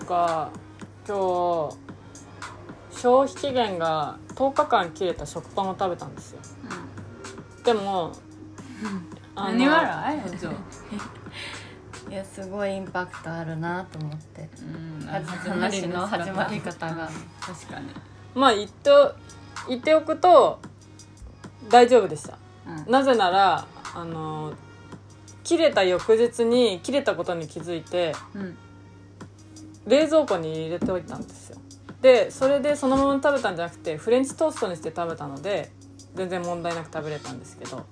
か今日消費期限が10日間切れた食パンを食べたんですよ、でも何笑いいやすごいインパクトあるなと思って、話の始まり方が確かにまあ言っておくと大丈夫でした、なぜなら切れた翌日に切れたことに気づいて、冷蔵庫に入れておいたんですよ。でそれでそのまま食べたんじゃなくてフレンチトーストにして食べたので全然問題なく食べれたんですけど、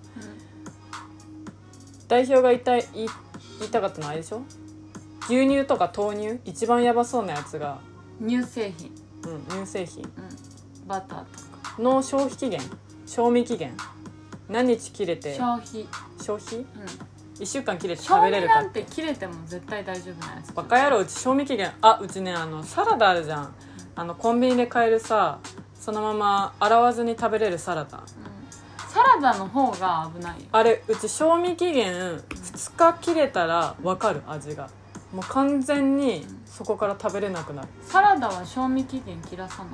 代表が言いたかったのはあれでしょ、牛乳とか豆乳一番やばそうなやつが乳製品、 乳製品、 バターとかの消費期限賞味期限何日切れて消費、 1週間切れて食べれるかって。 賞味なんて切れても絶対大丈夫なやつ。 バカ野郎、うち賞味期限うちねサラダあるじゃん、コンビニで買えるさ、そのまま洗わずに食べれるサラダ、 サラダの方が危ないよ。 あれうち賞味期限2日切れたら分かる、味がもう完全にそこから食べれなくなる。 サラダは賞味期限切らさない。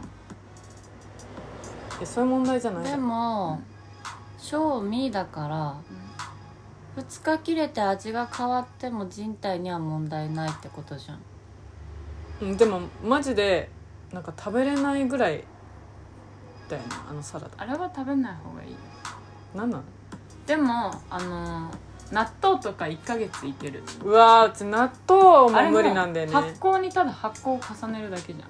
そういう問題じゃない。 でも賞味だから、2日切れて味が変わっても人体には問題ないってことじゃん。 でもマジでなんか食べれないぐらいだよね、サラダ。 あれは食べない方がいい。 なんなの？ でも納豆とか1ヶ月いける。 うわー、うち納豆も無理なんだよね。 発酵にただ発酵を重ねるだけじゃん。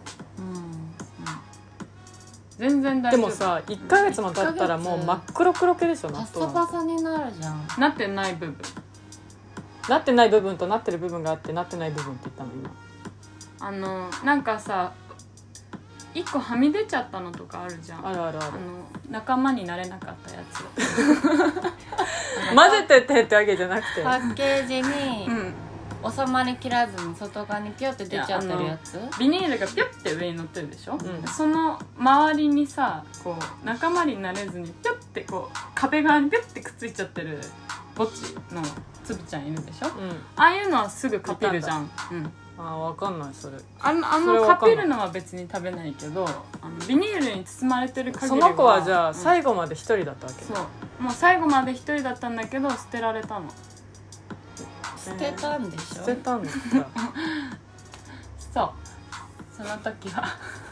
全然大丈夫。 でもさ1ヶ月も経ったらもう真っ黒黒系でしょ、納パ豆サパサになるじゃん。 なってない部分、 なってない部分となってる部分があって、なってない部分って言ったの今。 なんかさ1個はみ出ちゃったのとかあるじゃん。 あるあるある。 仲間になれなかったやつ混ぜてってってわけじゃなくて、 パッケージに収まりきらずに外側にピョって出ちゃってるやつ。 ビニールがピョって上に乗ってるでしょ、その周りにさこう仲間になれずにピョってこう壁側にピョってくっついちゃってるぼっちのつぶちゃんいるでしょ、ああいうのはすぐかけるじゃん。 分かんないそれ。 かけるのは別に食べないけど、ビニールに包まれてる限りは。 その子はじゃあ最後まで一人だったわけ、 そうもう最後まで一人だったんだけど捨てられたの。 捨てたんでしょ。 捨てたんですかそうその時は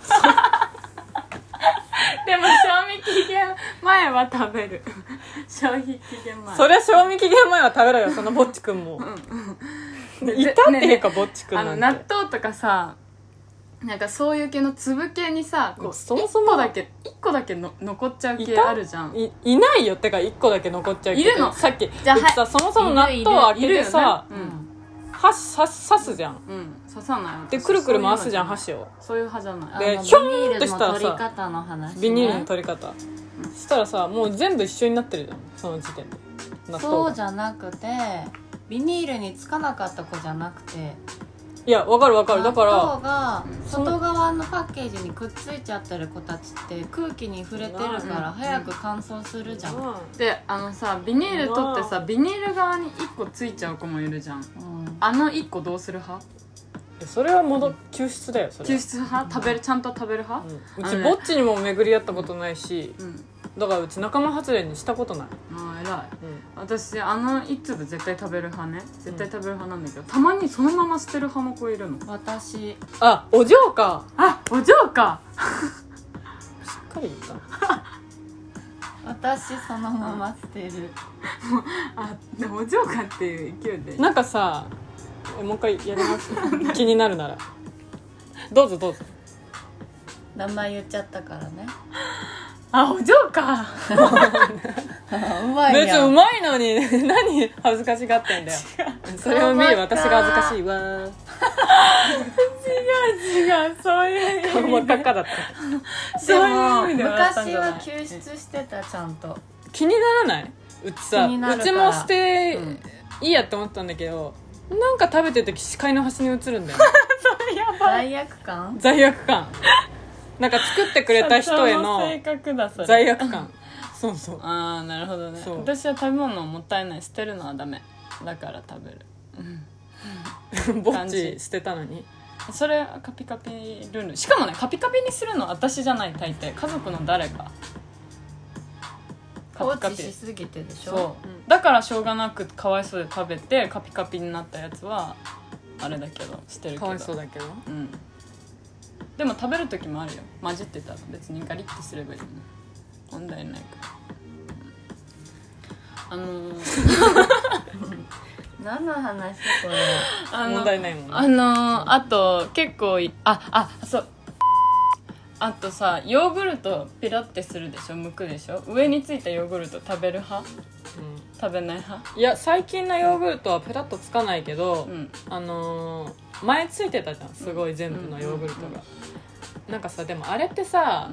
でも賞味期限前は食べる消費期限前。 そりゃ賞味期限前は食べろよ、そのぼっちくんもいたっていうか、ぼっちくんなんて。 納豆とかさ、なんかそういう系の粒系にさこうそもそも 1個だけの残っちゃう系あるじゃん。 いないよ。ってか1個だけ残っちゃうけど、 いるのさっきじゃあさ、そもそも納豆を開けてさ、刺すじゃん、 刺さない。 でくるくる回すじゃん、箸を。 そういう派じゃない。 でひょんとしたらビニールの取りさ、 方の話、ね、 ビニールの取り方、したらさもう全部一緒になってるじゃん、その時点で。納豆がそうじゃなくて、ビニールにつかなかった子じゃなくて、 いやわかるだから納豆が外側のパッケージにくっついちゃってる子たちって空気に触れてるから早く乾燥するじゃん、 でさビニール取ってさビニール側に1個ついちゃう子もいるじゃん、1個どうする派？ それは救出だよ。それ救出派？ちゃんと食べる派？ うちぼっちにも巡り合ったことないし、だからうち仲間発電にしたことない。 偉い、私1粒絶対食べる派ね。絶対食べる派なんだけど、たまにそのまま捨てる派の子いるの。 私お嬢か。 お嬢かしっかり言ったの私そのまま捨てるでもお嬢かっていう勢いでなんかさ、もう一回やります気になるならどうぞどうぞ。 名前言っちゃったからね。 お嬢かうまいやん。 別にうまいのに何恥ずかしがってんだよ。それを見る私が恥ずかしいわ。 違うそういう顔真っ赤っかだった。 そういう意味で昔は救出してた。ちゃんと気にならない？うちさ、うちも捨て、いいやって思ったんだけど、なんか食べてる時視界の端に映るんだよねそれやばい。 罪悪感罪悪感なんか作ってくれた人への性格だそれ。 罪悪感そうそう。 なるほどね。私は食べ物もったいない。捨てるのはダメだから食べる。 ぼっち捨てたのにそれカピカピルンルンしかもねカピカピにするの私じゃない大抵家族の誰か放置しすぎてでしょ。 そう、だからしょうがなくかわいそうで食べてカピカピになったやつはあれだけど捨てるけどかわいそうだけど、 でも食べる時もあるよ。混じってたら別にガリッてすればいいの問題ないから何の話これ。 問題ないもんね。 あと結構そうあとさヨーグルトピラってするでしょ剥くでしょ上についたヨーグルト食べる派、食べない派。 いや最近のヨーグルトはペラッとつかないけど、前ついてたじゃんすごい全部のヨーグルトが、なんかさでもあれってさ、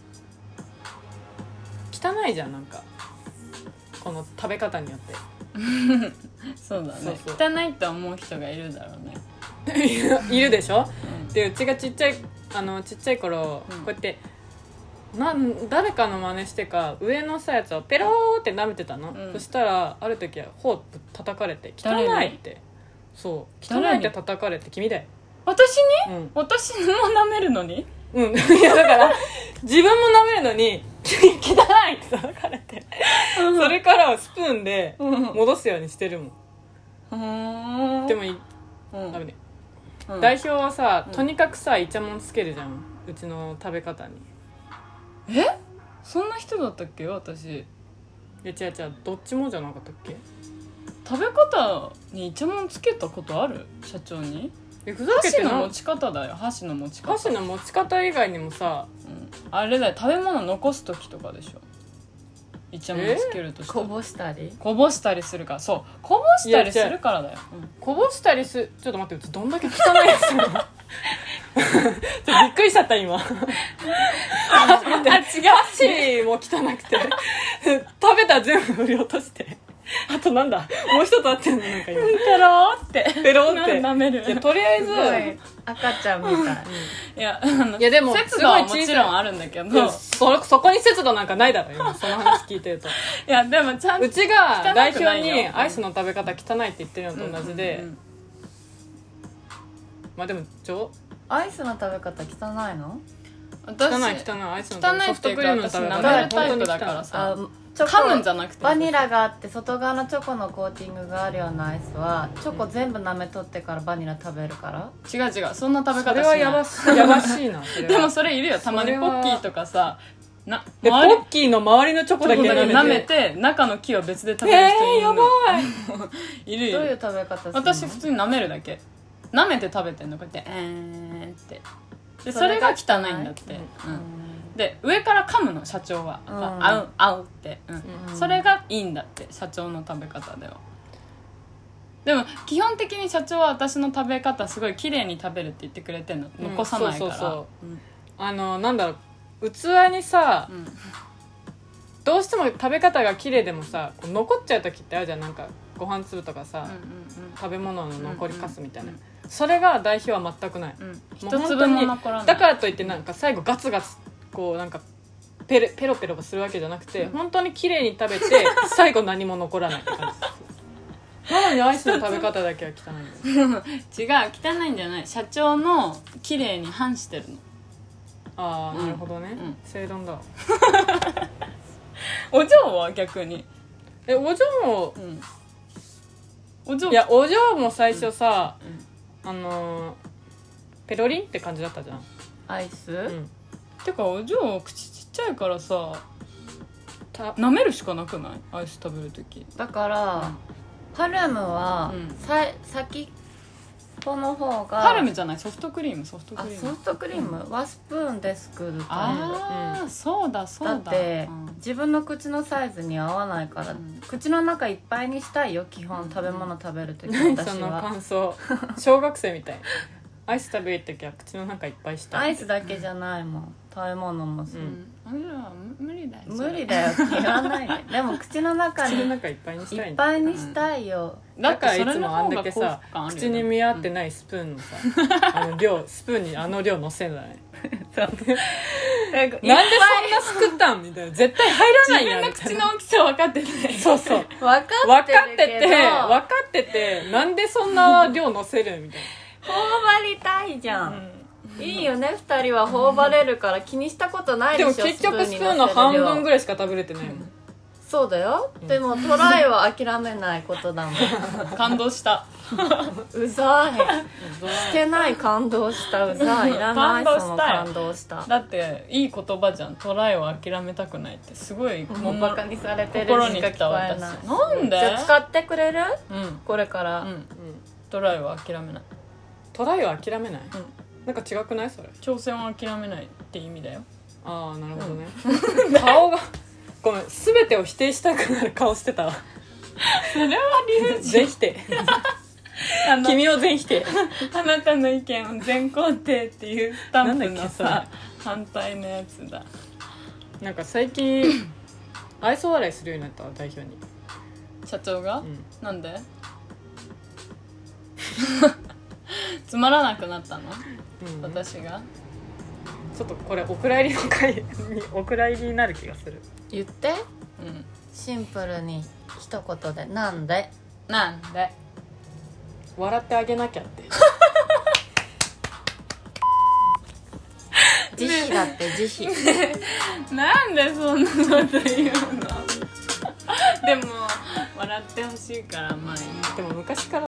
汚いじゃんなんかこの食べ方によってそうだね。 そう汚いって思う人がいるだろうねいるでしょ、でうちがちっちゃい頃、こうやって誰かの真似してか上のさやつをペローって舐めてたの、そしたらある時は頬叩かれて汚いって、そう汚いって叩かれて君だよ。 私に、私も舐めるのにいやだから自分も舐めるのに汚いって叩かれてそれからはスプーンで戻すようにしてるもん。でもダメね、代表はさとにかくさイチャモンつけるじゃんうちの食べ方に。 そんな人だったっけ私。 いや違うどっちもじゃなかったっけ。 食べ方にイチャモンつけたことある社長に。 ふざけて箸の持ち方だよ。箸の持ち方。 箸の持ち方以外にもさ、 あれだよ食べ物残す時とかでしょイチャモンつけるとしてこぼしたりするから。そうこぼしたりするからだよ、 こぼしたりちょっと待ってうちどんだけ汚いやつなのびっくりしちゃった今違う箸も汚くて食べたら全部振り落としてあとなんだもう一つあってんのなんか今ペローって舐める。いやとりあえず赤ちゃんみたいいやでも節度はもちろんあるんだけどそこに節度なんかないだろ今その話聞いてるといやでもちゃんとうちが代表にアイスの食べ方汚いって言ってるのと同じで、まあでもアイスの食べ方汚いの？ 汚いアイスのソフトクリームの食べ方舐めるタイプだからさ噛むんじゃなくてバニラがあって外側のチョコのコーティングがあるようなアイスはチョコ全部舐めとってからバニラ食べるから。 違うそんな食べ方しない。 それはやばしいなでもそれいるよたまにポッキーとかさポッキーの周りのチョコだけ舐めて中の木を別で食べる人いるやばいるどういう食べ方するの？ 私普通に舐めるだけ舐めて食べてんのこうやってってでそれが汚いんだって、で上から噛むの社長は、あうって、それがいいんだって社長の食べ方では。でも基本的に社長は私の食べ方すごい綺麗に食べるって言ってくれてんの、残さないから。 なんだろう器にさ、どうしても食べ方が綺麗でもさこう残っちゃう時ってあるじゃんなんかご飯粒とかさ、食べ物の残りかすみたいな、それが代表は全くない、 一粒も残らない。 だからといってなんか最後ガツガツこうなんかペロペロするわけじゃなくて、本当に綺麗に食べて最後何も残らないって感じなのにアイスの食べ方だけは汚いんだよ違う汚いんじゃない社長の綺麗に反してるの。 ああなるほどね、正論だお嬢は逆にお嬢も、いやお嬢も最初さ、ペロリンって感じだったじゃんアイス、 てかお嬢口ちっちゃいからさ舐めるしかなくないアイス食べるとき。 だから、パルムは、先っぽの方がパルムじゃないソフトクリームソフトクリームはスプーンですくるタイプ。そうだだって、自分の口のサイズに合わないから、口の中いっぱいにしたいよ基本、食べ物食べるとき私は。 その感想小学生みたいアイス食べるときは口の中いっぱいしたい。 アイスだけじゃないもん食べ物もそう、 無理だよ無理だよって言わないででも口の中にいっぱいにしたいいっぱいにしたいよ、 だからいつもあんだけさ口に見合ってないスプーンのさ、スプーンに量乗せないなんでそんなすくったんみたいな絶対入らないやんみたいな。 自分の口の大きさ分かっててそう分かっててなんでそんな量乗せるみたいな張りたいじゃん、いいよね2人は頬張れるから気にしたことないでしょ。 でも結局スプーンの半分ぐらいしか食べれてないもん。 そうだよ、でもトライは諦めないことだもん感動したうざいしてない感動したうざいいらないその感動しただっていい言葉じゃん。トライを諦めたくないってすごいもうバカにされてる心にしか聞こ来た私。 えない。 なんでじゃあ使ってくれる、 うんこれから、 トライは諦めない。 トライは諦めない、なんか違くないそれ。 挑戦は諦めないって意味だよ。 ああなるほどね、顔がごめん全てを否定したくなる顔してたわ。 それは理由全否定君を全否定。 あなたの意見を全肯定っていうスタンプのなんだっけさ反対のやつだ。 なんか最近愛想笑いするようになったわ代表に。 社長が、 んなんでつまらなくなったの、私がちょっとこれお蔵入りの回にお蔵入りになる気がする。 言ってシンプルに一言でなんでなんで笑ってあげなきゃって慈悲だって慈悲なんでそんなこと言うのでも笑ってほしいからまあいい。 でも昔から